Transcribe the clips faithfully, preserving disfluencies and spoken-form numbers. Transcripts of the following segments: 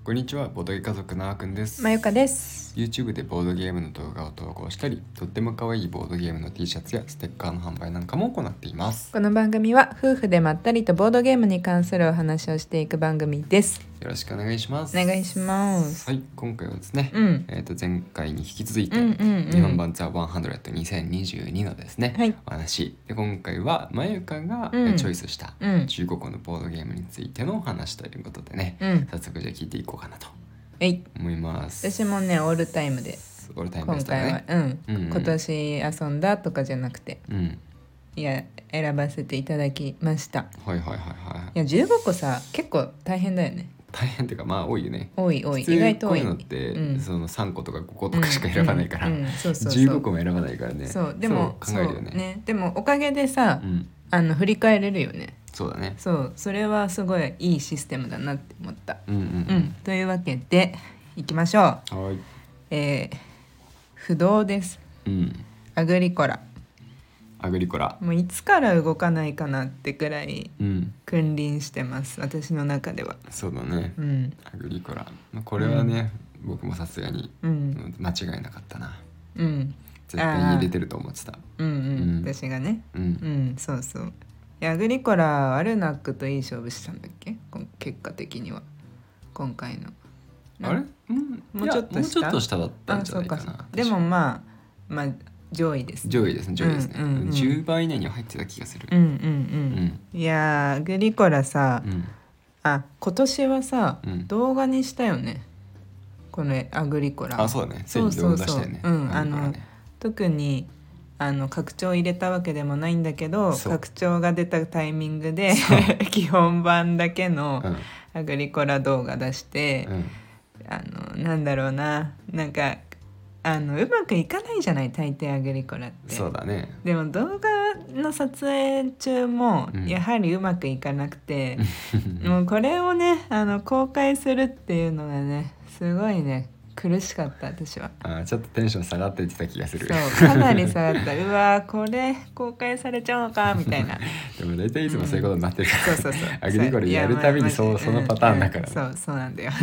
こんにちは、ボードゲ家族のあーくんです。 まゆかです。 YouTube でボードゲームの動画を投稿したり、とっても可愛いボードゲームの T シャツやステッカーの販売なんかも行っています。 この番組は夫婦でまったりとボードゲームに関するお話をしていく番組です。 よろしくお願いします。 お願いします。 はい、今回はですね、 うんえー、と前回に引き続いて、 うんうんうん、 日本版ザ・ひゃくにせんにじゅうにのですね、 はい、 お話で、今回はまゆかが、 うんえーチョイスしたうんじゅうごこのボードゲームについてのお話ということでね、 うん、 早速じゃあ聞いていこうかなとえい思います。 私もねオールタイムでオールタイムで今したね。 回は、うんうんうん今年遊んだとかじゃなくて、 うんいや選ばせていただきました。 はいはいはいはい。 いやじゅうごこさ結構大変だよね。 大変っていうかまあ多いよね。 多い多い、 普通意外と多い。 こういうのって、 うん、 そのさんことかごことかしか選ばないから、 うんうんうん、そうそうそうじゅうごこも選ばないからね。 そうでもそう考えるよね。 そうねでもおかげでさ、 うん、 あの振り返れるよね。 そうだね。 そうそれはすごいいいシステムだなって思った。 うんうんううんん、というわけでいきましょう。 はい。 えー、不動です。 うん。 アグリコラ。 アグリコラ。 もういつから動かないかなってくらいうん。 君臨してます私の中では。 そうだね。 うん、 アグリコラ。まあこれはね、僕もさすがに、 ううんん、間違いなかったな。 うん、 絶対に入れてると思ってた。 うんうん、 うん私がね、 う。 うんん、そうそう。いやアグリコラアルナックといい勝負したんだっけこ結果的には今回の。 あれ？うん。 もうちょっと下いやもうちょっと下だったんあじゃないかな。 そうかそうか。でもまあまあ上位ですね。 上位ですね、上位ですね。 うんうんうんじゅうばい以内には入ってた気がする。 うんうんううんん、いやーアグリコラさ、 うんあ今年はさ、 うん動画にしたよねこのアグリコラ。 あ、そうだね。ついに動そうそうそう画出したよね。 うんあのアグリコラね特にあの拡張入れたわけでもないんだけど、 そう拡張が出たタイミングで基本版だけのうんアグリコラ動画出して、 うんあのなんだろうななんかあのうまくいかないじゃない大抵アグリコラって。 そうだね。 でも動画の撮影中もうんやはりうまくいかなくて、もうこれをねあの公開するっていうのがねすごいね苦しかった私は。 あ、ちょっとテンション下がってきた気がする。 そうかなり下がったうわーこれ公開されちゃうのかみたいな。 でも大体いつもそういうことになってるから、 そうそうそうアグリコラやるたびにそうそのパターンだから、 うんうんそうそうなんだよ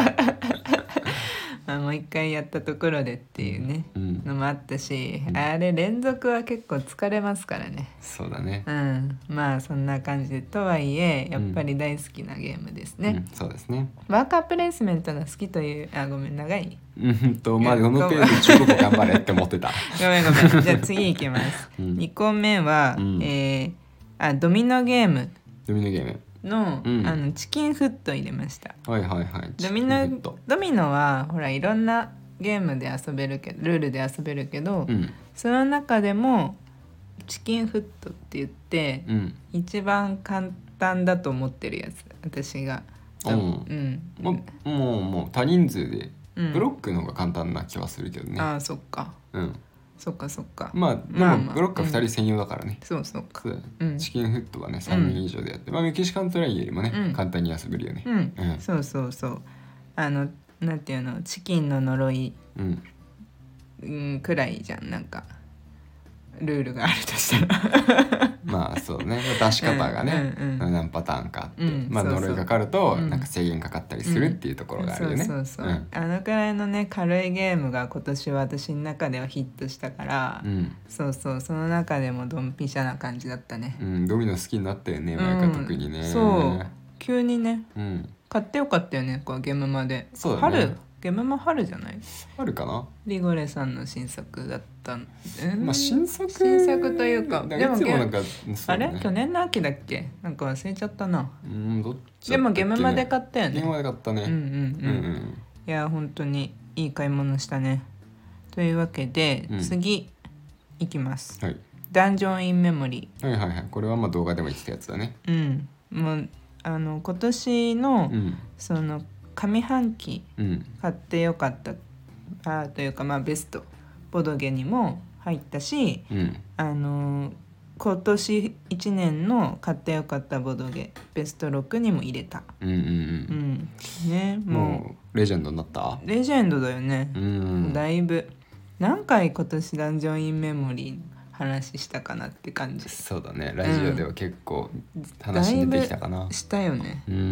まあもう一回やったところでっていうね、 うんのもあったし、 うんあれ連続は結構疲れますからね。 そうだね。 うんまあそんな感じでとはいえやっぱり大好きなゲームですね、 うん、そうですね。 ワーカープレイスメントが好きというあごめん長いうんとまあこのページじゅうごこ頑張れって思ってた。 ごめんごめんじゃあ次いきます、 うんにこめは、 うんえーあドミノゲームドミノゲーム。 の,、 うんあのチキンフット入れました。 はいはいはい。 ドミノチキンヘッドドミノはほらいろんなゲームで遊べるけどルールで遊べるけど、 うんその中でもチキンフットって言って、 うん。 一番簡単だと思ってるやつ私がうんうんもうもうもう多人数でうんブロックの方が簡単な気はするけどね。 ああそっかうん。 そっかそっかまあでまあまあもブロックはふたり専用だからね。 そうそうかそううんチキンフットはねさんにん以上でやって、まあメキシカントライよりもね、 うん簡単に遊べるよね。 うん、 うんそうそうそうあのなんていうのチキンの呪い、 うん。 うん、くらいじゃんなんかルールがあるとしたらまあそうね出し方がね、 うんうんうん何パターンかあって、 うんまあそうそう呪いかかるとうんなんか制限かかったりするっていうところがあるよね。 そうそうそう、 うんあのくらいのね軽いゲームが今年は私の中ではヒットしたから、 うんそうそうその中でもドンピシャな感じだったね、 うん、ドミノ好きになったよね、 うん前から特にね。 そう急にねうん、 買ってよかったよねこうゲームマで。 そうだね春ゲームマ春じゃないあるかな。 リゴレさんの新作だったん、うんまあ新作新作というかででももいつもなんかそあうだねれ去年の秋だっけなんか忘れちゃったな。 うんどっちでもだったっけねゲームマで買ったよね。 ゲームマで買ったね。 うんうんうん、 うんうんいや本当にいい買い物したね。というわけで、 うん次いきます。 はいダンジョンインメモリはいはいはいこれはまあ動画でも言ってたやつだね。 ー。うんもうあの今年の、 うんその上半期うん買ってよかったあというかまあベストボドゲにも入ったし、 うんあの今年いちねんの買ってよかったボドゲベストろくにも入れた。 うんうんううんんねももうレジェンドになった。 うレジェンドだよね、 うんだいぶ何回今年ダンジョンインメモリーの話したかなって感じそうだねラジオでは結構話出てきたかな。 したよね。 うん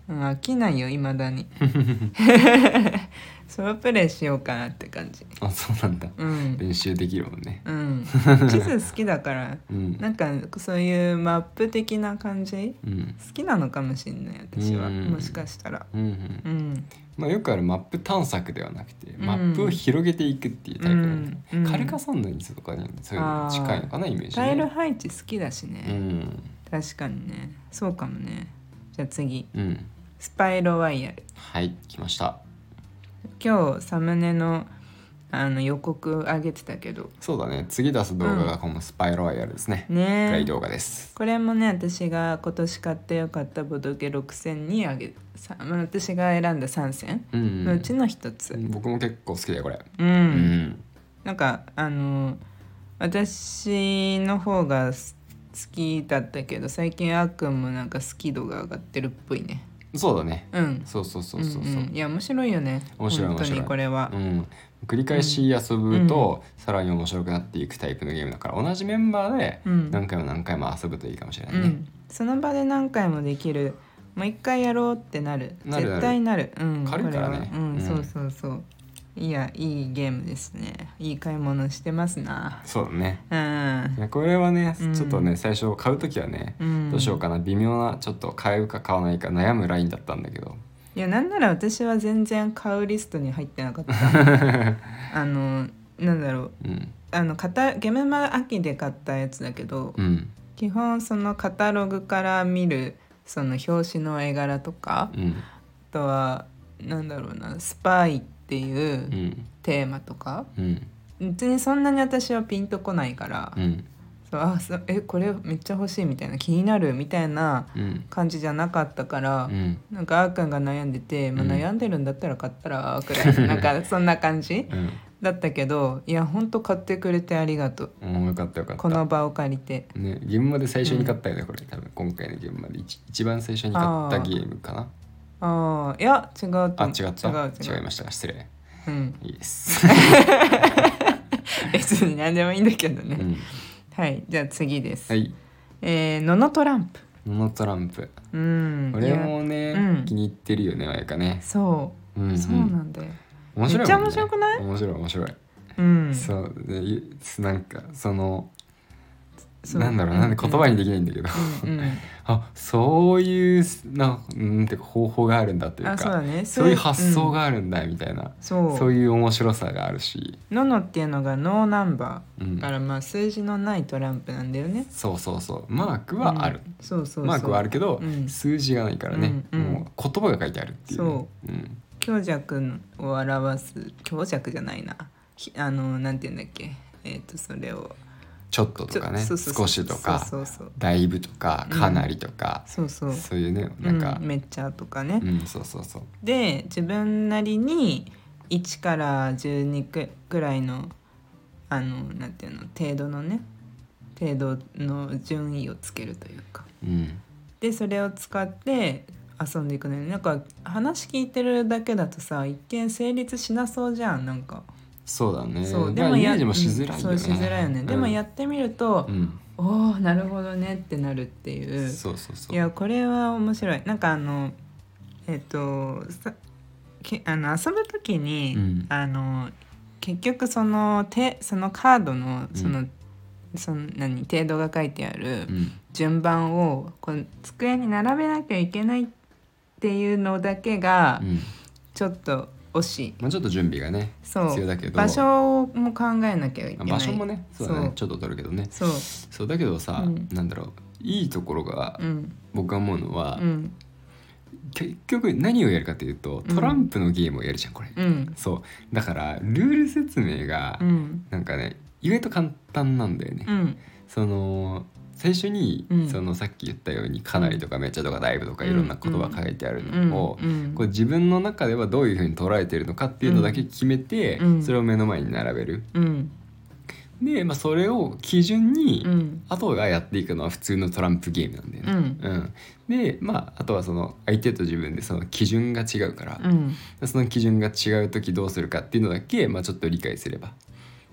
うん、飽きないよ未だにソロプレイしようかなって感じ。 あ、そうなんだ、 うん練習できるもんね。 うん地図好きだからうんなんかそういうマップ的な感じうん好きなのかもしれない私は、 うんもしかしたら。 うんうんうんまあ、よくあるマップ探索ではなくて、 んマップを広げていくっていうタイプなんで、 うんカルカソンヌにとかにそういうの近いのかなイメージね。 タイル配置好きだしね、 うん確かにねそうかもね。じゃあ次うんスパイロワイヤル。 はい来ました。 今日サムネのあの予告上げてたけどそうだね、次出す動画がこのスパイロワイヤルですね。 ねプレイ動画です。 これもね私が今年買ってよかったボドゲろくせんにあげさ私が選んださんせんうんのうちの一つ。 僕も結構好きだよこれ。 うん、 うんなんかあの私の方が好きだったけど最近あっくんもなんか好き度が上がってるっぽいね。 そうだね。 うんそうそうそうそうそう。 んんいや面白いよね。 面白い本当面白いにこれはう。ん、繰り返し遊ぶと、さらに面白くなっていくタイプのゲームだから同じメンバーでうん何回も何回も遊ぶといいかもしれないね。 うん、その場で何回もできる。もう一回やろうってなる。 なるなる絶対なる。うん、 軽いからねこれはうん、 うんそうそうそう。いやいいゲームですね。いい買い物してますな。 そうだね。 うんいやこれはね、 うんちょっとね最初買う時はね、 うんどうしようかな微妙なちょっと買うか買わないか悩むラインだったんだけど、 いやなんなら私は全然買うリストに入ってなかったあのなんだろううんあのカタゲームマ秋で買ったやつだけど、 うん基本そのカタログから見るその表紙の絵柄とか、あうんとはなんだろうなスパイっていううんテーマとか、 うん別にそんなに私はピンとこないから、 うんそうあそえこれめっちゃ欲しいみたいな気になるみたいなうん感じじゃなかったから、 うんなんかあーくんが悩んでて、まあ、 うん悩んでるんだったら買ったらくらいなんかそんな感じうんだったけど、いやほんと買ってくれてありがとう。 うんよかったよかった。 この場を借りて。 ね、現場で最初に買ったよね、これ多分今回の現場で一一番最初に買ったゲームかな。 ああいや違うと思う。 あ違った違う違う違いました失礼。 うんいいです別に何でもいいんだけどね、 うんはいじゃあ次です、 はいえー、ノノトランプ。 ノノトランプうんこれもね、 うん気に入ってるよね毎回ね。 そう、 うんうんそうなんだよ。 面白いもんね。 めっちゃ面白くない面白い面白い。 うんそうでいなんかそのそうなんだろうなんで言葉にできないんだけど、 うんうんあそういうなうんていうか方法があるんだというかあそうだねそういう発想うんがあるんだみたいな、 そうそういう面白さがあるし、 ノノっていうのがノーナンバうんーからまあ数字のないトランプなんだよね。 そうそうそうマークはある、 うんそうそうそうマークはあるけど、 うん数字がないからね、 うんうんもう言葉が書いてあるっていう、ね、 そうん、 強弱を表す強弱じゃないなひあのなんて言うんだっけえっ、とそれをちょっととかねちょそうそうそう少しとかそうそうそうだいぶとかかなりとか、 そうそうそういうねなんか、 うんめっちゃとかね、 うんそうそうそうで自分なりにいちからじゅうにくくらいのあのなんていうの程度のね程度の順位をつけるというかうんでそれを使って遊んでいくのよ。なんか話聞いてるだけだとさ一見成立しなそうじゃんなんか。 そうだねそうでもイメージもしづらいよね、 うんそうしづらいよね、でもやっってみるとう、ん、 おおなるほどねってなるっていう。 そうそうそういやこれは面白い。なんかあのえっ、とさけあの遊ぶ時に、 うんあの結局その手そのカードのその、その何程度が書いてあるうん順番をこう机に並べなきゃいけないっていうのだけがうんちょっと惜しい。 まあ、ちょっと準備がねそう必要だけど場所も考えなきゃいけない。 場所もねそうだそうねちょっと取るけどねそうそうだけどさ、 うんなんだろういいところがうん僕が思うのは、 うん結局何をやるかというとトランプのゲームをやるじゃんこれ、 うんそうだからルール説明がうんなんかね意外と簡単なんだよね、 うんその最初に、 うんそのさっき言ったようにかなりとかめっちゃとかだいぶとかいろんな言葉が書いてあるうんのを、 うんこれ自分の中ではどういうふうに捉えてるのかっていうのだけ決めて、 うんそれを目の前に並べる。 うんで、まあ、それを基準に、 うんあとがやっていくのは普通のトランプゲームなんだよね。 うんうんで、まあ、あとはその相手と自分でその基準が違うから、 うんその基準が違う時どうするかっていうのだけ、まあ、ちょっと理解すれば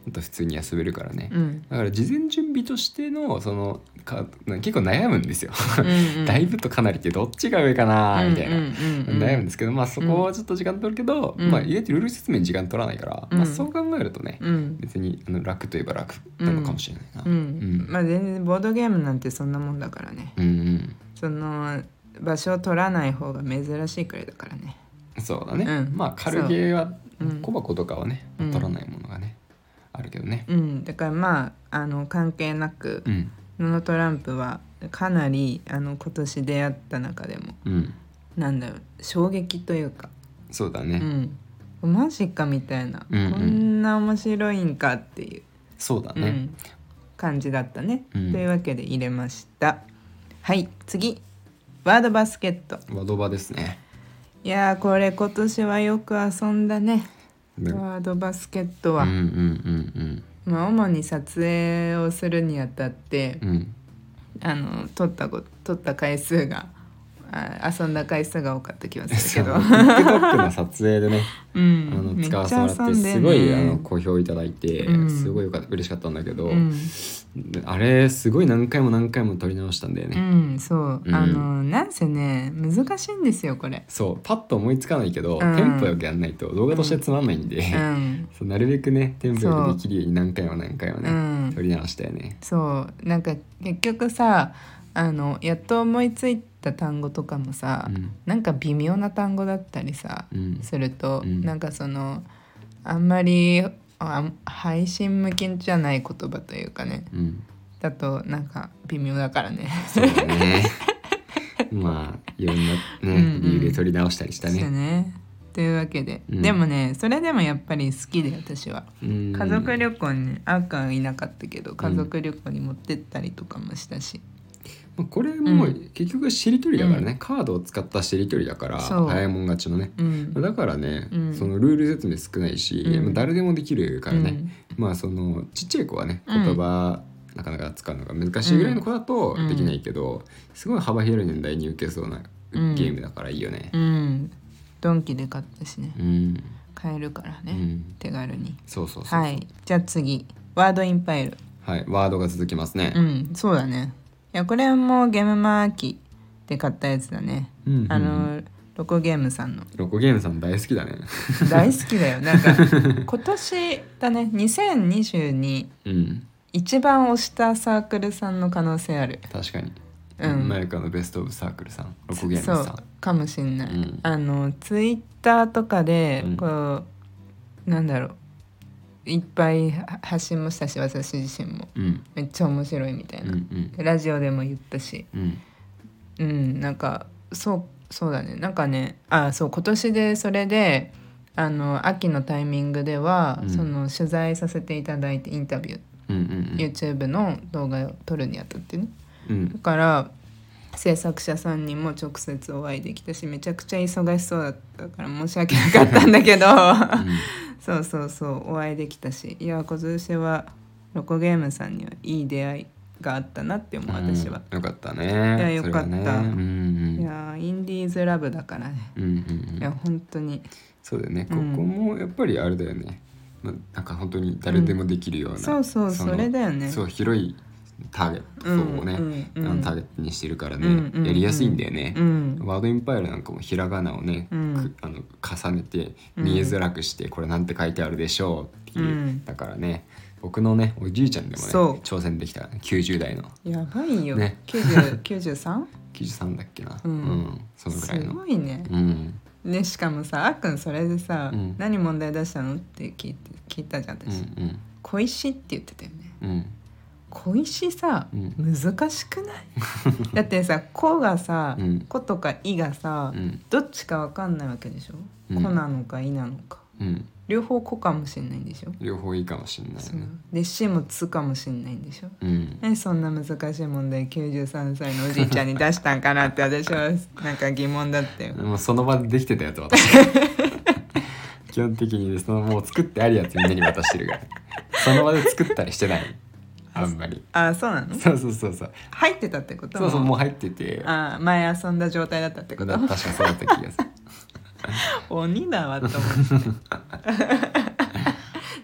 あと普通に遊べるからね、 うんだから事前準備としてのそのか結構悩むんですようんうんだいぶとかなりってどっちが上かなみたいな、 うんうんうんうん、 悩むんですけど、まあそこはちょっと時間取るけど、 うんまあ意外とルール説明に時間取らないから、 うんまあそう考えるとね、 うん別にあの楽といえば楽なのかもしれないな。 うんうんまあ全然ボードゲームなんてそんなもんだからね、 うんうんその場所を取らない方が珍しいくらいだからね。 そうだね、 うんまあ軽ゲーはうん小箱とかはね、 うん取らないものがねあるけどね。 うんだからまああの関係なく、 うんノノトランプはかなりあの今年出会った中でもうんなんだろう衝撃というか、うそうだね、 ん、マジかみたいな、 うんうんこんな面白いんかっていう、 そうだね、 うん、感じだったね、 うんというわけで入れました。はい次ワードバスケット。 ワドバですね。 いやーこれ今年はよく遊んだね、 うんワードバスケットは、 うんうんまあ、主に撮影をするにあたって、 うんうんあの撮ったご撮った回数があ遊んだ回数が多かった気がするけどそう TikTok の撮影でねうあのん、めっち使わせてもらってゃ遊んですごいあねの好評いただいて、 うんすごいよかった嬉しかったんだけど、 うん、 あれすごい何回も何回も撮り直したんだようね、 ん、そう、 うんあのなんせね難しいんですよこれ。 そうパッと思いつかないけど、 うんテンポよくやんないと動画としてつまんないんで、 うんそうなるべくねテンポよくできるように何回も何回もね、 うん撮り直したよね。 そうなんか結局さあのやっと思いついた単語とかもさ、 うんなんか微妙な単語だったりさ、 うんすると、 うんなんかそのあんまりあ配信向きじゃない言葉というかねうんだとなんか微妙だからね。 そうだねまあいろんなね、 うんうん理由で撮り直したりしたしてね。 ねというわけで、 うんでもねそれでもやっぱり好きで私はうん家族旅行にあっかんいなかったけど家族旅行に持ってったりとかもしたし、 まあこれもうん結局しりとりだからね、カードを使ったしりとりだからそう早いもん勝ちのね、 うんだからね、 うんそのルール説明少ないし、 うんまあ誰でもできるからね、 うんまあそのちっちゃい子はねうん言葉、なかなか使うのが難しいぐらいの子だとうんできないけど、すごい幅広い年代に受けそうなゲうんームだからいいよね。 うんドンキで買ったしねうん、 買えるからね、 うん手軽に。 そうそうそうそう、 はいじゃあ次ワードインパイル。 はい、ワードが続きますね。 うんそうだね。いやこれもゲームマーキーで買ったやつだね、 うんうんうんあのロコゲームさんのロコゲームさん大好きだね。 大好きだよなんか今年だねにせんにじゅうにうん、 一番推したサークルさんの可能性ある。 確かに。 うんマイカのベストオブサークルさん、ロコゲームさん。 そうかもしんない、 うんあのツイッターとかでうんこう、なんだろういっぱい発信もしたし私自身もうんめっちゃ面白いみたいうんうな、 んラジオでも言ったしうんうんなんかそうそうだねなんかねあそう今年でそれであの秋のタイミングでは、 うんその取材させていただいてインタビュー、 うんうん YouTube の動画を撮るにあたってねうんだから制作者さんにも直接お会いできたしめちゃくちゃ忙しそうだったから申し訳なかったんだけどそうそうそうお会いできたしいや今年はロコゲームさんにはいい出会いがあったなって思う私は、 うんよかったね。 いやよかったそれはねうんうんいやインディーズラブだからね、 うんうんうんいや本当にそうだよね。ここうんもやっぱりあれだよね。まあなんか本当に誰でもできるような、 そうそうそのれだよねそう広いターゲット層をね、 うんうんうんあのターゲットにしてるからね、 うんうんやりやすいんだよね。 うんワードインパイルなんかもひらがなをね、 うんくあの重ねて見えづらくして、これなんて書いてあるでしょうっていう、 うんだからね僕のねおじいちゃんでもねそう挑戦できたきゅうじゅう代のやばいよ、 ねきゅうじゅう きゅうじゅうさん? きゅうじゅうさんだっけな、 うんそのぐらいすのごいね、 うんねしかもさあっくんそれでさ、 うん何問題出したのって聞いて聞いたじゃんう私、 ん小石って言ってたよねうんうん小石さ、 うん難しくないだってさ「こ」がさうん 「こ」とか「い」がさ、 うんどっちかわかんないわけでしょ「 うんこ」なのか「い」なのかうん両方「こ」かもしれないんでしょ、 両方いいかもしれないそうねで「し」も「つ」かもしれないんでしょうん何そんな難しい問題きゅうじゅうさんさいのおじいちゃんに出したんかなって私はなんか疑問だったよもうその場でできてたやつ私基本的にそのもう作ってあるやつみんなに渡してるからその場で作ったりしてないあんまりあそうなのそうそうそうそう入ってたってことそうそうもう入っててあ前遊んだ状態だったってことだ確かそうだった気がする鬼だわと思って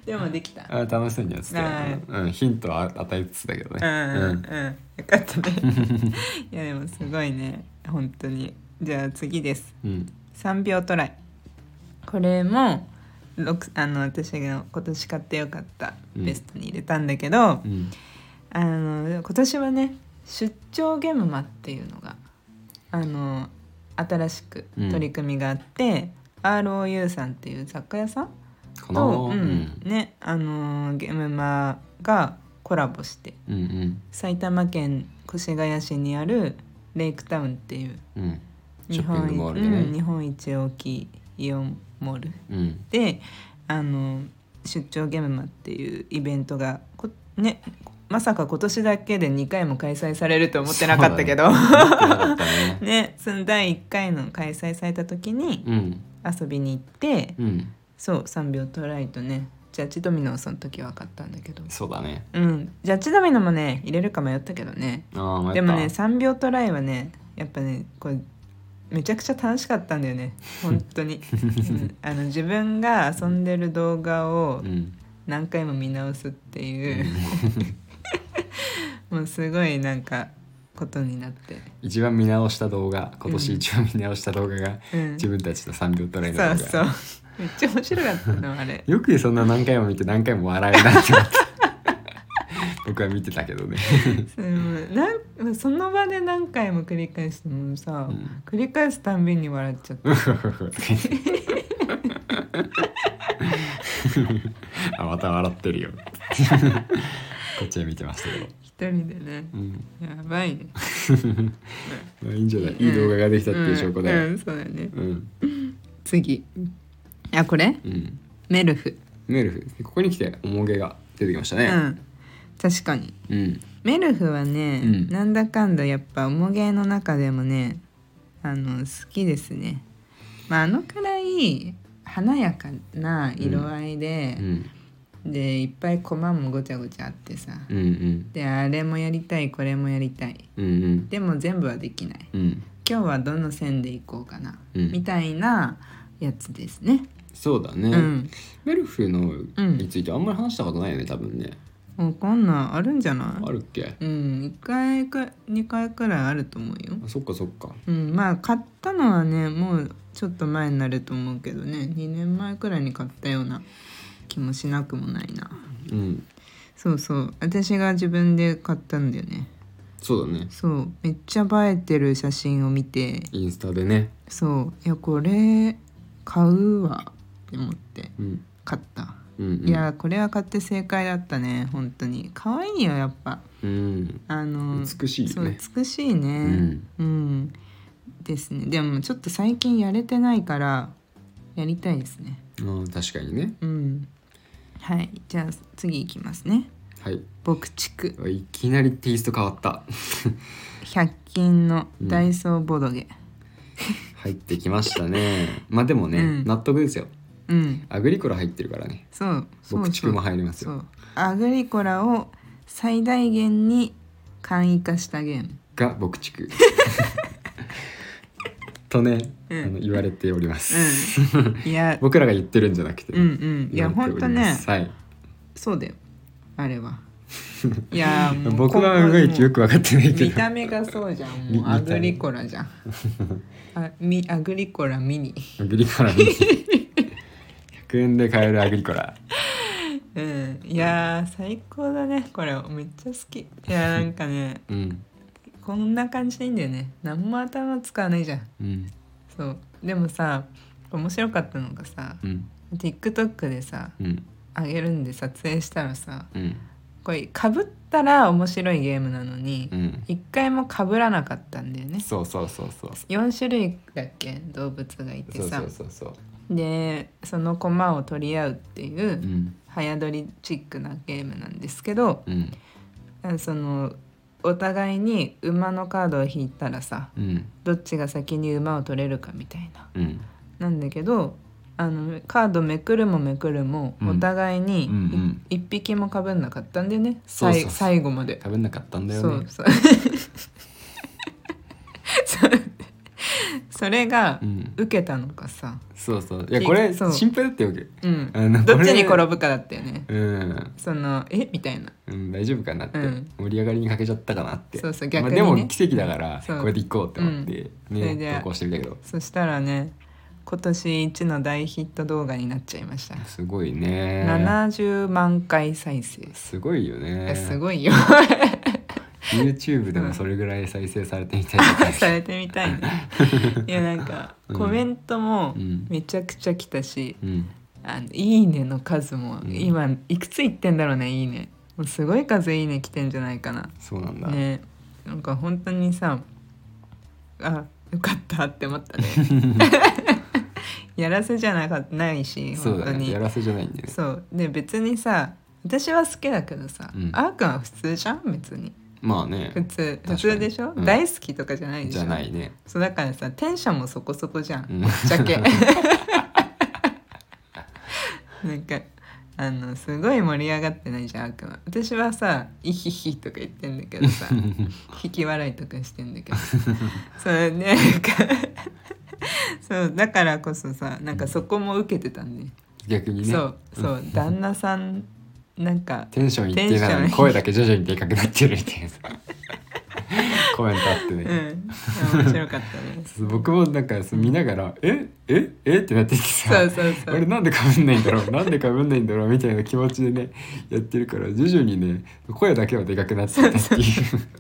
でもできた。 あ楽しそうにやってたよ、 はうん、ヒントは与えつつだけどね。 うんうんうん、よかったねいやでもすごいね本当に。じゃあ次です。 うん、 さんびょうトライ。これもろくあの私が今年買ってよかったベストに入れたんだけど、 うん、 あの今年はね出張ゲームマっていうのがあの新しく取り組みがあって、うん、アールオーユー さんっていう雑貨屋さんかな、 と、ううんんね、あのゲームマがコラボして、 うんうん、 埼玉県越谷市にあるレイクタウンっていう、 うん、 日本、 ショッピングモールでね、 うん、日本一大きいイオンモールで、あの出張ゲームマっていうイベントがこ、ね、まさか今年だけでにかいも開催されると思ってなかったけどねね、そのだいいっかいの開催された時に遊びに行って、 うん、 そうさんびょうトライとねジャッジドミノをその時は買ったんだけど、 そうだね、 うん、ジャッジドミノもね入れるか迷ったけどね。 あ迷った。 でもねさんびょうトライはねやっぱねこれめちゃくちゃ楽しかったんだよね本当に、うん、あの自分が遊んでる動画を何回も見直すっていう、うん、もうすごいなんかことになって、 一番見直した動画、今年一番見直した動画が、うん、自分たちのさんびょうトライの動画、 そうそうめっちゃ面白かったのあれよくそんな何回も見て何回も笑えるなって思って僕は見てたけどねなんその場で何回も繰り返してもさ、うん、繰り返すたんびに笑っちゃってあまた笑ってるよこっちは見てましたけど一人でね、うん、やばいねまあいいんじゃない、いい動画ができたっていう証拠で、 うんうん、そうだね、うん、次あこれ、うん、メルフメルフここに来ておもげが出てきましたね、 うん、確かに、 うん、 メルフはね、うん、なんだかんだやっぱおもげの中でもねあの好きですね、まあ、あのくらい華やかな色合いで、うんうん、でいっぱいコマもごちゃごちゃあってさ、うんうん、であれもやりたいこれもやりたい、うんうん、でも全部はできない、うん、今日はどの線でいこうかな、うん、みたいなやつですね。 そうだね、うん、メルフのについてあんまり話したことないよね多分ね。 わかんない、あるんじゃない？ あるっけ？ うん、いっかいかにかいくらいあると思うよ。 あ、そっかそっか。 うん、まあ買ったのはねもうちょっと前になると思うけどね、にねんまえくらいに買ったような気もしなくもないな。うん、そうそう私が自分で買ったんだよね。 そうだね。 そうめっちゃ映えてる写真を見てインスタでね、 そういやこれ買うわって思って買った、うんうんうん、いやこれは買って正解だったね。本当に可愛いよやっぱ、うん、あの美しいよね。 そう美しいね、うん、うん、ですね。でもちょっと最近やれてないからやりたいですね。 あ確かにね、 うん、はいじゃあ次いきますね。 はい、 牧畜いきなりテイスト変わったひゃく均のダイソーボドゲ、うん、 入ってきましたねまあでもね、うん、納得ですよ、うん、アグリコラ入ってるからね。 そう牧畜も入りますよ。 そうアグリコラを最大限に簡易化したゲームが牧畜とね、うん、あの言われております、うん、いや僕らが言ってるんじゃなくて、 うんうん、いや本当ね、 はい、 そうだよあれは。いやもう僕はうがいちよく分かってないけど見た目がそうじゃん。もうアグリコラじゃんあみアグリコラミニアグリコラミニひゃくえんで買えるアグリコラうん、いや最高だねこれめっちゃ好き。いやなんかね、うん、こんな感じでいいんだよね。何も頭使わないじゃん、うん、そうでもさ面白かったのがさ、うん、TikTok でさ、うん、あげるんで撮影したらさ、うん、これ被ったら面白いゲームなのに、うん、いっかいも被らなかったんだよね。 そうそうそうそうよん種類だっけ動物がいてさ、 そうそうそうそうでその駒を取り合うっていう、うん、早取りチックなゲームなんですけど、うん、そのお互いに馬のカードを引いたらさ、うん、どっちが先に馬を取れるかみたいな、うん、なんだけどあのカードめくるもめくるもお互いに一匹も被んなかったんだよね、うんうん、最, 最後まで被んなかったんだよね。 そうそうそれがうん受けたのかさ、 そうそういやこれそう心配だったわけうんあのどっちにこれ転ぶかだったよね。 うん、 そのえみたいな。 うん、大丈夫かなって、 うん盛り上がりに欠けちゃったかなってそうそう逆にねまあ、でも奇跡だからそうこれで行こうって思って、 それでね投稿してみたけどそしたらね今年一の大ヒット動画になっちゃいました。 すごいねななじゅうまん回再生。 すごいよいねやすごいよ YouTube でもそれぐらい再生されてみたいなされてみたいねいやなんかうんコメントもうんめちゃくちゃ来たし、 うんあのいいねの数もうん今いくついってんだろうね。いいねもうすごい数いいね来てんじゃないかなそうなんだ、 ね。なんか本当にさあよかったって思ったねやらせじゃなかないしそう本当にだねやらせじゃないんだよねそうで別にさ私は好きだけどさ、 うんあーくんは普通じゃん別にまあね普通かに普通でしょ、 うん大好きとかじゃないでしょ。 じゃないねそうだからさテンションもそこそこじゃん、 うんぶっちゃけなんかあのすごい盛り上がってないじゃんあーくんは。私はさ「イヒヒ」とか言ってんだけどさ引き笑いとかしてんだけどそうねなんかそうだからこそさなんかそこも受けてたんで、 逆にねそうそう旦那さんなんかテンションいってなのに声だけ徐々にでかくなってるみたいなさコメントあってね、 うん面白かったね僕もなんか見ながら「えええってなってきてさそうそうそう俺なんでかぶんないんだろうなんでかぶんないんだろうみたいな気持ちでねやってるから徐々にね声だけはでかくなってたっていうい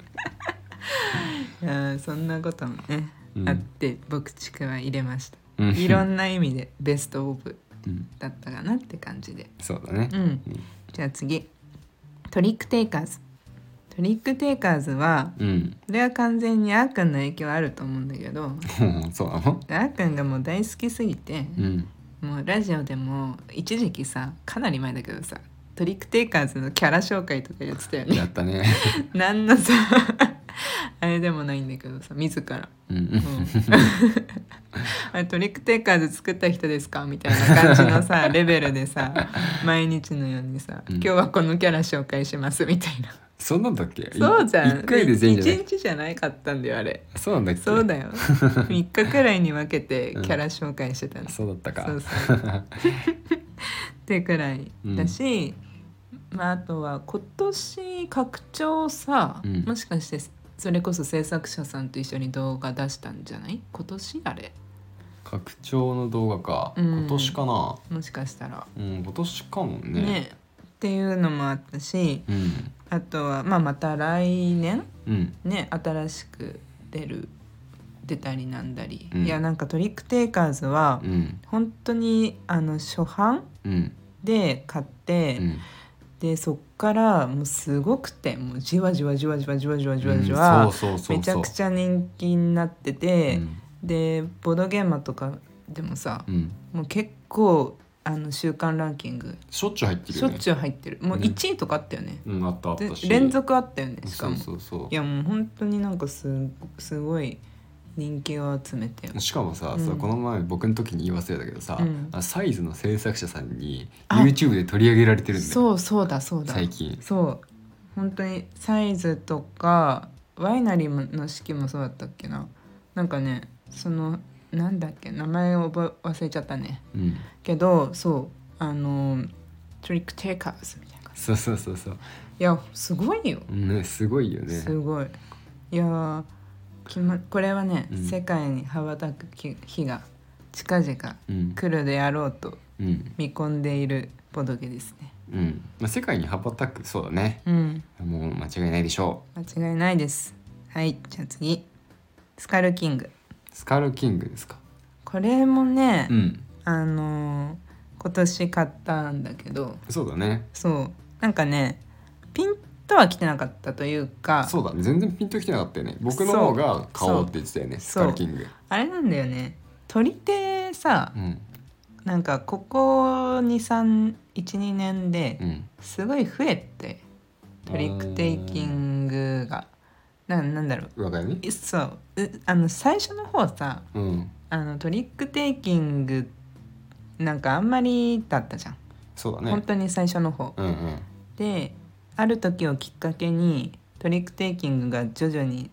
やそんなこともね、 うんあって僕地区は入れました、 うんいろんな意味でベストオブうんだったかなって感じで。 そうだねうんじゃあ次トリックテイカーズ。トリックテイカーズはうんこれは完全にあーくんの影響あると思うんだけどうんそうなのあーくんがもう大好きすぎて、 うんもうラジオでも一時期さかなり前だけどさトリックテイカーズのキャラ紹介とかやってたよねやったねなんのさあれでもないんだけどさ自ら、 うんうんあれトリックテイカーズ作った人ですかみたいな感じのさレベルでさ毎日のようにさ、 うん今日はこのキャラ紹介しますみたいなそんなんだっけそうじゃんい一回で全員じゃない一日じゃなかったんだよあれ。 そうなんだっけそうだよみっかくらいに分けてキャラ紹介してたの、 そうだったかそうそうってくらいだし、まあ、あとは今年拡張さ、 うんもしかしてそれこそ制作者さんと一緒に動画出したんじゃない今年あれ拡張の動画か、 うん今年かなもしかしたらうん今年かもねねっていうのもあったし、 うんあとは、まあ、また来年うんね新しく出る出たりなんだり、 うんいやなんかトリックテイカーズはうん本当にあの初版うんで買って、 うんでそっからもうすごくてもうじわじわじわじわじわじわじわじうんわそうそうそうそうめちゃくちゃ人気になってて、 うんでボードゲーマーとかでもさ、 うんもう結構あの週間ランキングしょっちゅう入ってるよねしょっちゅう入ってるもういちいとかあったよね、 うんあったあっでたし連続あったよねしかもそうそうそういやもう本当になんかすすごい人気を集めてしかもさ、 うんそうこの前僕の時に言い忘れたけどさ、 うんあサイズの制作者さんにあ YouTube で取り上げられてるんだよそうそうだそうだ最近そう本当にサイズとかワイナリーの式もそうだったっけななんかねそのなんだっけ名前を覚え忘れちゃったねうんけどそうあのトリックテイカーズみたいな感じそうそうそうそういやすごいよねすごいよねすごいいやーきまこれはね、 うん世界に羽ばたく日日が近々 うん来るであろうとうん見込んでいるボドゲですねうんまあ世界に羽ばたくそうだねうんもう間違いないでしょ間違いないですはいじゃあ次スカルキングうスカルキングですかこれもね、 うんあのー今年買ったんだけどそうだねそうなんかねピンとは来てなかったというかそうだね全然ピンときてなかったよね僕の方が買おうって言ってたよねスそうカルキングあれなんだよね取り手さうんなんかここにさんいちにねんでうんすごい増えてトリックテイキングがななんだろわかるねうそううあの最初の方さうんあのトリックテイキングなんかあんまりだったじゃん、 そうだね本当に最初の方うんうんである時をきっかけにトリックテイキングが徐々になんか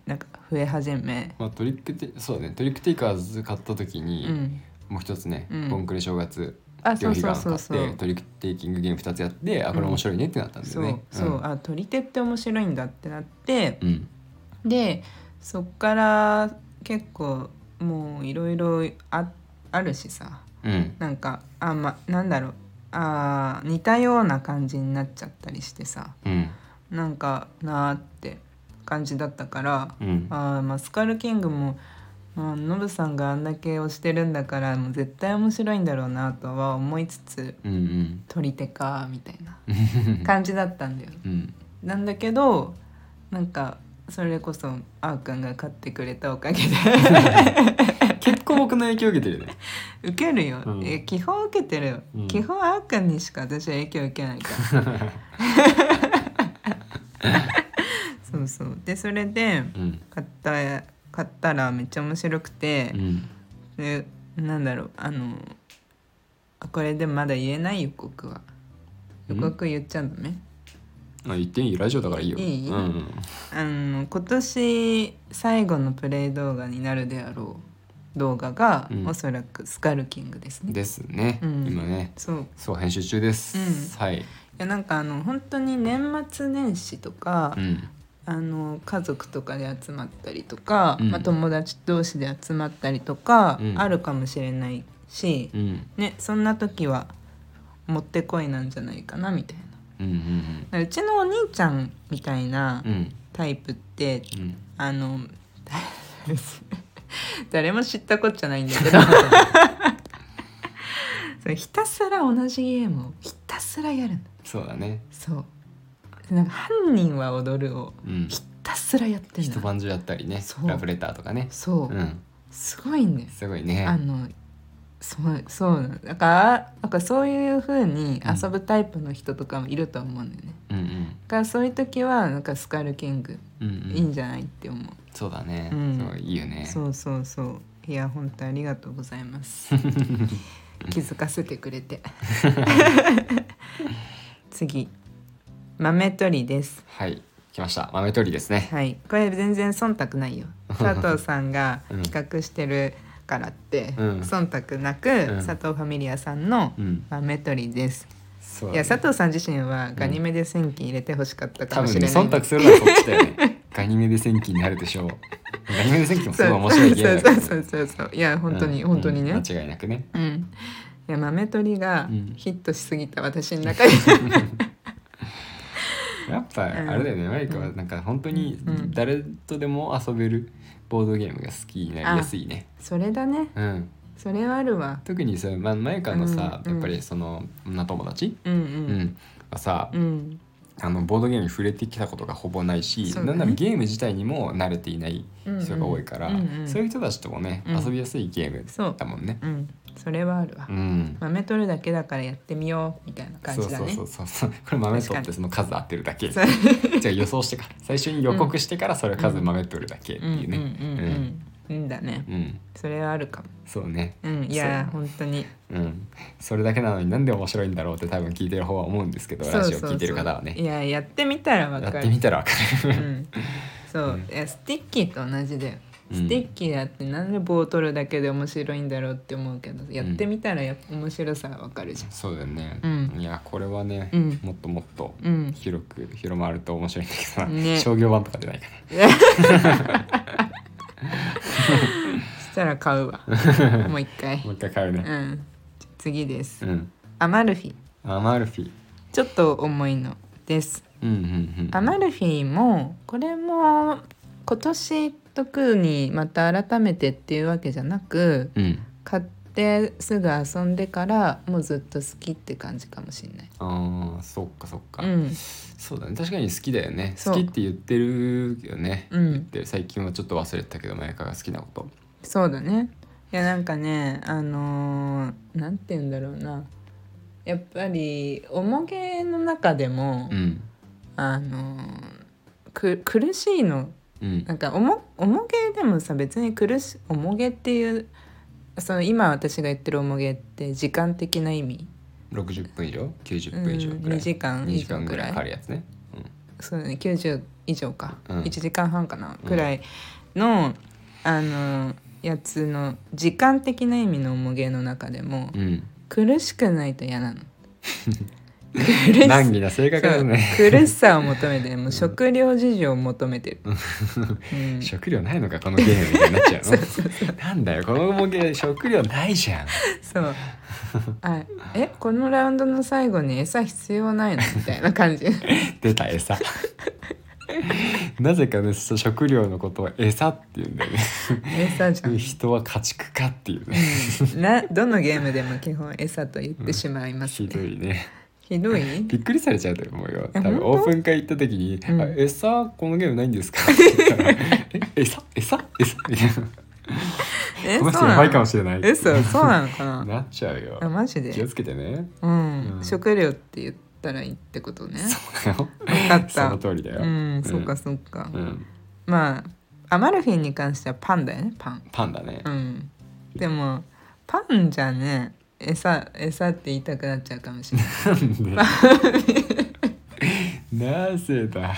増え始め、 まあ、トリックテそうだねトリックテイカーズ買った時に、 うん、 もう一つね、 うんボンクレ正月あそうそう両悲願買っそうそうてトリックテイキングゲームふたつやってあこれ面白いねってなったんだよそうね、 そう、 ん、 あ取り手って面白いんだってなって、 うんでそっから結構もういろいろああるしさ、 うんなんかあまなんだろうあ似たような感じになっちゃったりしてさ、 うんなんかなーって感じだったから、 うんあマスカルキングも、まあ、ノブさんがあんだけ推してるんだからもう絶対面白いんだろうなとは思いつつ、 うんうん取り手かみたいな感じだったんだよ。 うんなんだけどなんかそれこそあーくんが買ってくれたおかげで結構僕の影響受けてるね受けるよ、 うんえ基本受けてるよ、 うん基本あーくんにしか私は影響受けないからそうそうでそれでうん買った買ったらめっちゃ面白くてう、んでなんだろうあのあこれでまだ言えない予告は予告言っちゃダメ？ あ言っていいラジオだからいいよいいうんうんあの今年最後のプレイ動画になるであろう動画が、 うんおそらくスカルキングですね。 ですね、 うん今ねそういそう編集中です、 うんはいやなんかあの本当に年末年始とか、 うんあの家族とかで集まったりとか、 うんまあ、友達同士で集まったりとか、 うんあるかもしれないし、 うんね、そんな時はもってこいなんじゃないかなみたいうんうんな。うちのお兄ちゃんみたいなうんうんタイプって、 うんあの誰も知ったこっちゃないんだけどそれひたすら同じゲームをひたすらやるの。 そうだねそうなんか犯人は踊るをうんひたすらやってんの。 一晩中やったりねそうラブレターとかねそう、 うんすごいね。 すごいねあのそうそうなのだからなんかそういう風に遊ぶタイプの人とかもいると思うんだよね。 うんうんだからそういう時はなんかスカルキングうんいいうんんじゃないって思う。 そうだね、 うんそういいよねそうそうそういや本当ありがとうございます気づかせてくれて次豆取りです。 はい来ました豆取りですねはいこれ全然忖度ないよ佐藤さんがうん企画してるからって、 うん忖度なく、 ん佐藤ファミリアさんのうん豆取りです。 そういや佐藤さん自身はガニメで戦記入れてほしかったか多分ねもしれない、 忖度するのはそっちだよねガニメで戦記になるでしょうガニメで戦記もすごい面白いゲームだけどそうそうそうそういや本当に、 うん本当にね、 うん間違いなくねうんいや豆取りがうんヒットしすぎた私の中でやっぱあれだよねマイカはなんか本当に誰とでも遊べるボードゲームが好きになりやすいねそれだねうんそれはあるわ。 特にさ、ま、マイカのさ、 うんやっぱりその女友達、 うんううんんはさ、 うんあのボードゲームに触れてきたことがほぼないし、 そうだねなんならゲーム自体にも慣れていない人が多いから、 うんうんそういう人たちともね、 うん遊びやすいゲームそうだもんね。 うんそれはあるわ、 うん豆取るだけだからやってみようみたいな感じだね。 そうそうそうそうこれ豆取確かにってその数当てるだけじそうゃあ予想してから最初に予告してからそれ数豆取るだけってうんうんいうねうんうんいいんだね。 うん、うんそれはあるかも。 そうねうんいや本当にうんそれだけなのになんで面白いんだろうって多分聞いてる方は思うんですけどそうそうそうラジオ聞いてる方はねいややってみたらわかる。 やってみたらわかるうんそう、 うんいやスティッキーと同じだよ。 うんスティッキーだってなんで棒を取るだけで面白いんだろうって思うけどやってみたらや面白さがわかるじゃん。 そうだよね、 うんいやこれはね、 うんもっともっとうん広く広まると面白いんだけどな、 ね商業版とか出ないかそしたら買うわもう一回なもう一回買うねうん次です、 うんアマルフィアマルフィちょっと重いのです。 うんうんうんアマルフィもこれも今年特にまた改めてっていうわけじゃなくうん買ってすぐ遊んでからもうずっと好きって感じかもしれない。 あーそっかそっか、 うんそうだね確かに好きだよねそう好きって言ってるよね、 うん言ってる最近はちょっと忘れてたけどマヤカが好きなことそうだね。いやなんかねあのーなんて言うんだろうなやっぱり重げの中でも、 うんあのーく苦しいのうんなんか重重げでもさ別に苦し重げっていうその今私が言ってる重げって時間的な意味ろくじゅっぷん以上きゅうじゅっぷん以上うんくらいにじかんに以じかんぐらい上くらいかかるやつねそうだねきゅうじゅう以上か、 うんいちじかんはんかなくらいのあのやつの時間的な意味の重げの中でも、 うん、 苦しくないと嫌なの。苦し難儀な性格だね。 そう苦しさを求めてもう食料事情を求めてる、うん、 食料ないのかこのゲームみたいになっちゃうの。 そうそうそうなんだよこの模型食料ないじゃん。 そうあえこのラウンドの最後に餌必要ないのみたいな感じ。 出た餌。なぜかね食料のことは餌って言うんだよね。 餌じゃん、 人は家畜かっていうね、 うん、などのゲームでも基本餌と言ってしまいますね、 ひどいね。 ひどいびっくりされちゃうと思うよ。多分え本当オープン会行った時に「 うんあ餌このゲームないんですか?」って言ったら「え餌餌餌?」みたいな。 えこの人そうなのやばいかもしれない。 嘘そうなのかな。 なっちゃうよ。 あマジで気をつけてね。 うん、 うん食料って言ったらいいってことね。 そうだよ。 分かった。 その通りだよ。 うん、そうかそうか。 うん。 まあアマルフィンに関してはパンだよね、パン。 パンだねう。ん。でもパンじゃね、餌餌って言いたくなっちゃうかもしれない。 なぜだ。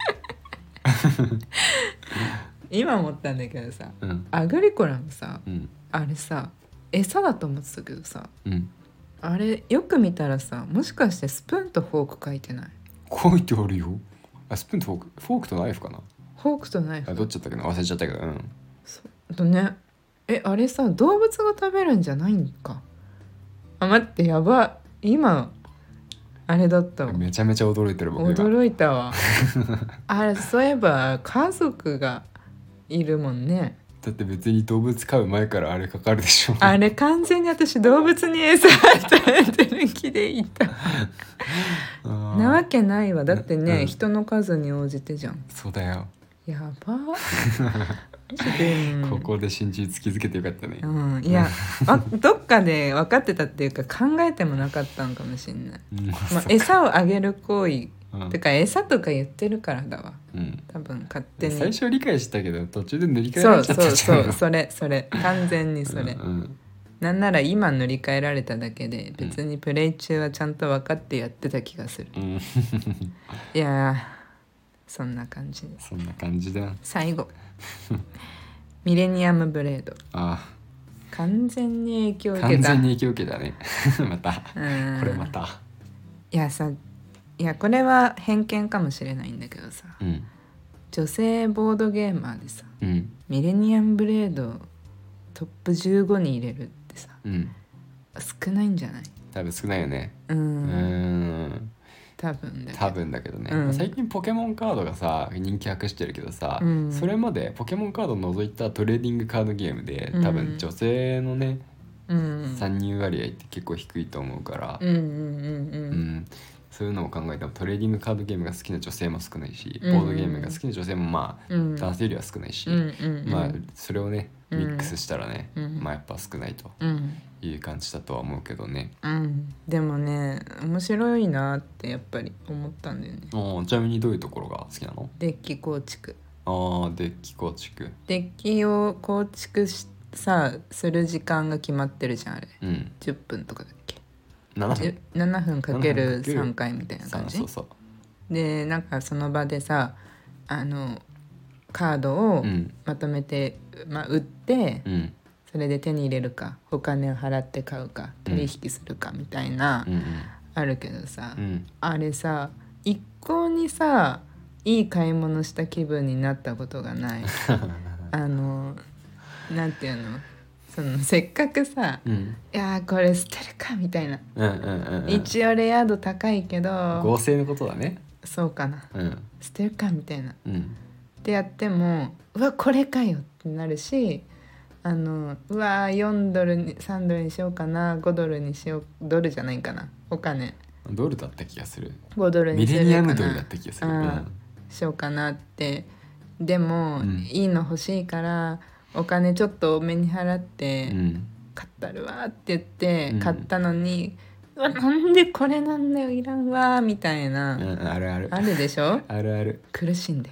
今思ったんだけどさ、 うんアグリコラもさ、 うんあれさ餌だと思ってたけどさ、 うん。 あれよく見たらさ、もしかしてスプーンとフォーク書いてない？ 書いてあるよ。あスプーンとフォークフォークとナイフかな。 フォークとナイフ。 あどっちだったっけな忘れちゃったけど。うん。 そうとね、えあれさ動物が食べるんじゃないんか。あ待ってやば今あれだったわ。 めちゃめちゃ驚いてる僕今。 驚いたわ。あれそういえば家族がいるもんね。 だって別に動物飼う前からあれかかるでしょ。 あれ完全に私動物に餌与えてる気でいた。 あーなわけないわ。だってね、 うん人の数に応じてじゃん。 そうだよ。 やば。マジで、うんここで真実気づけてよかったね。 うん、いや、わどっかで分かってたっていうか考えてもなかったのかもしれない。 うんまあ、餌をあげる行為、 うんてか餌とか言ってるからだわ。 うん多分勝手に。 最初理解したけど途中で塗り替えらそうれちゃったそうじゃんそう、それそれ完全にそれ。 うんなんなら今塗り替えられただけで別にプレイ中はちゃんと分かってやってた気がする。 うんうんいやーそんな感じでそんな感じだ。 最後ミレニアムブレードあ完全に影響を受完けた。 全に影響受けたね。またうんこれまた。 いやさいやこれは偏見かもしれないんだけどさ、 うん女性ボードゲーマーでさうんミレニアムブレードトップじゅうごに入れるってさうん少ないんじゃない？ 多分少ないよね。 ううんん多分だけど多分だけどね、 うん最近ポケモンカードがさ人気博してるけどさ、 うんそれまでポケモンカードを除いたトレーディングカードゲームでうん多分女性のね、 うん参入割合って結構低いと思うから、 うんうんうんううんんそういうのを考えてもトレーディングカードゲームが好きな女性も少ないし、 うんボードゲームが好きな女性もまあ、 うん男性よりは少ないし、 うんうんうんまあそれをねうんミックスしたらね、 うんまあやっぱ少ないとうんいう感じだとは思うけどね。 うんでもね面白いなってやっぱり思ったんだよね。 あーちなみにどういうところが好きなの？ デッキ構築あーデッキ構築。 デッキを構築しさする時間が決まってるじゃんあれうんじゅっぷんとかだっけななふんじゅななふんかけななふんるかけるさんかいみたいな感じそうそうでなんかその場でさあのカードをうんまとめて、まあ、売ってうんそれで手に入れるかお金を払って買うか取引するかみたいな、 うんあるけどさ、 うんあれさ一向にさいい買い物した気分になったことがないあのなんていうのそのせっかくさうんいやーこれ捨てるかみたいな、 うんうんうんうん一応レア度高いけど合成のことだね。 そうかなうん捨てるかみたいなうんってやってもうわこれかよってなるしあのうわよんドルにさんドルにしようかなごドルにしようドルじゃないかなお金ドルだった気がする。 ごドルにミするかなレニアムドルだった気がする。うんあーしようかなってでも、 うんいいの欲しいからお金ちょっと多めに払って、 うん買ったるわって言って、 うん買ったのにうわなんでこれなんだよいらんわみたいな、 うんあるあるあるでしょあるある。 苦しいんだよ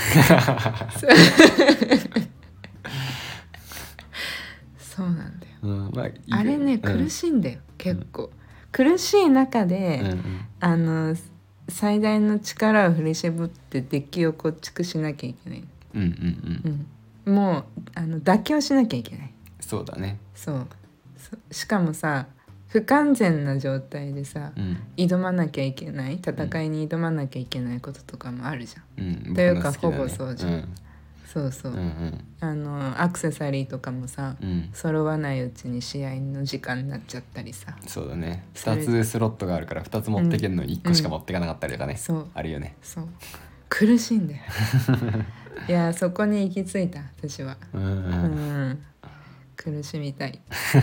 そうなんだようんまあいいけどあれねうん苦しいんだよ、結構苦しい中で、 うんうんあの最大の力を振り絞ってデッキを構築しなきゃいけない、 うんうんうん、 もうあの妥協しなきゃいけない。 そうだね。 そうそしかもさ不完全な状態でさ、 うん、 挑まなきゃいけない戦いに挑まなきゃいけないこととかもあるじゃん、 うん、 というか、 僕の好きなねほぼそうじゃん、 うんそうそう、 うんうんあのアクセサリーとかもさ、 うん揃わないうちに試合の時間になっちゃったりさ、 そうだね。 それふたつスロットがあるからふたつ持ってけんのにいっこしか持ってかなかったりとかね、 そうあるよね。 そう苦しいんだよいやそこに行き着いた私は、 うんうん、 うん苦しみたい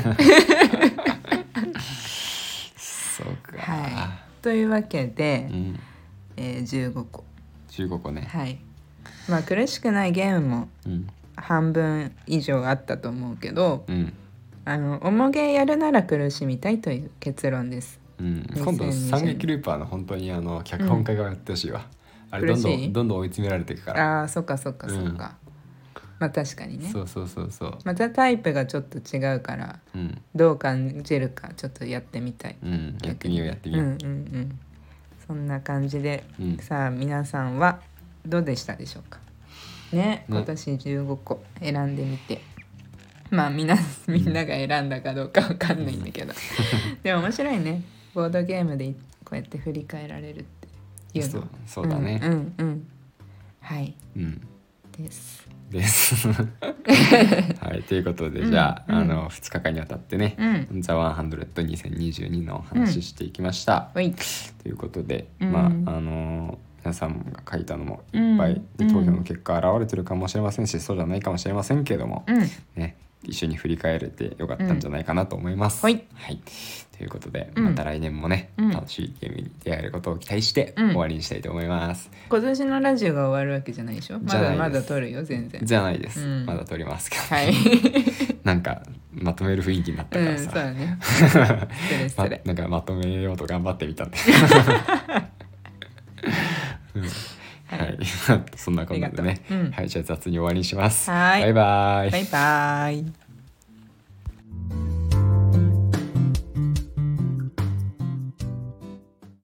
そうか、 はい、というわけで、 うんえー、じゅうごこじゅうごこね。 はいまあ苦しくないゲームもうん半分以上あったと思うけど、 うんあの重ゲーやるなら苦しみたいという結論です。 うん、今度三撃ルーパーの本当にあの脚本家がやってほしいわ、うん、あれどんどんどんどん追い詰められていくから。 ああそっかそっかそっか、うん、まあ確かにね。 そうそうそうそう。 またタイプがちょっと違うから、うん、どう感じるかちょっとやってみたい、 うん、やってみようやってみよう、うんうんうん、 そんな感じで、うん、さあ皆さんはどうでしたでしょうかね。今年じゅうごこ選んでみて、まあみんなみんなが選んだかどうかわかんないんだけど、うん、でも面白いね。ボードゲームでこうやって振り返られるっていうの。そう、 そうだね。 うんうんうん。はい。 うん。 です。 です。はい、ということで、うん、じゃあ、うん、あのふつかかんにわたってね、うん、ザ・ワンハンドレッドにせんにじゅうにのお話ししていきました。うん、ということで、うん、まああの皆さんが書いたのもいっぱい、うん、投票の結果現れてるかもしれませんし、そうじゃないかもしれませんけども、うん、ね。一緒に振り返れてよかったんじゃないかなと思います。うん、はい、はい、ということで、うん、また来年もね、うん、楽しいゲームに出会えることを期待して終わりにしたいと思います。 今年のラジオが終わるわけじじゃないでしょ。まだまだ撮るよ全然。 じゃないです。うん、まだ撮りますけど。 はい。 なんかまとめる雰囲気になったからさ。うん、そうだね。失礼失礼。ま、なんかまとめようと頑張ってみたんで。うんはい、そんなことでね、うん、はい、じゃあ雑に終わりにします。はい、バイバイ。 バイバイ。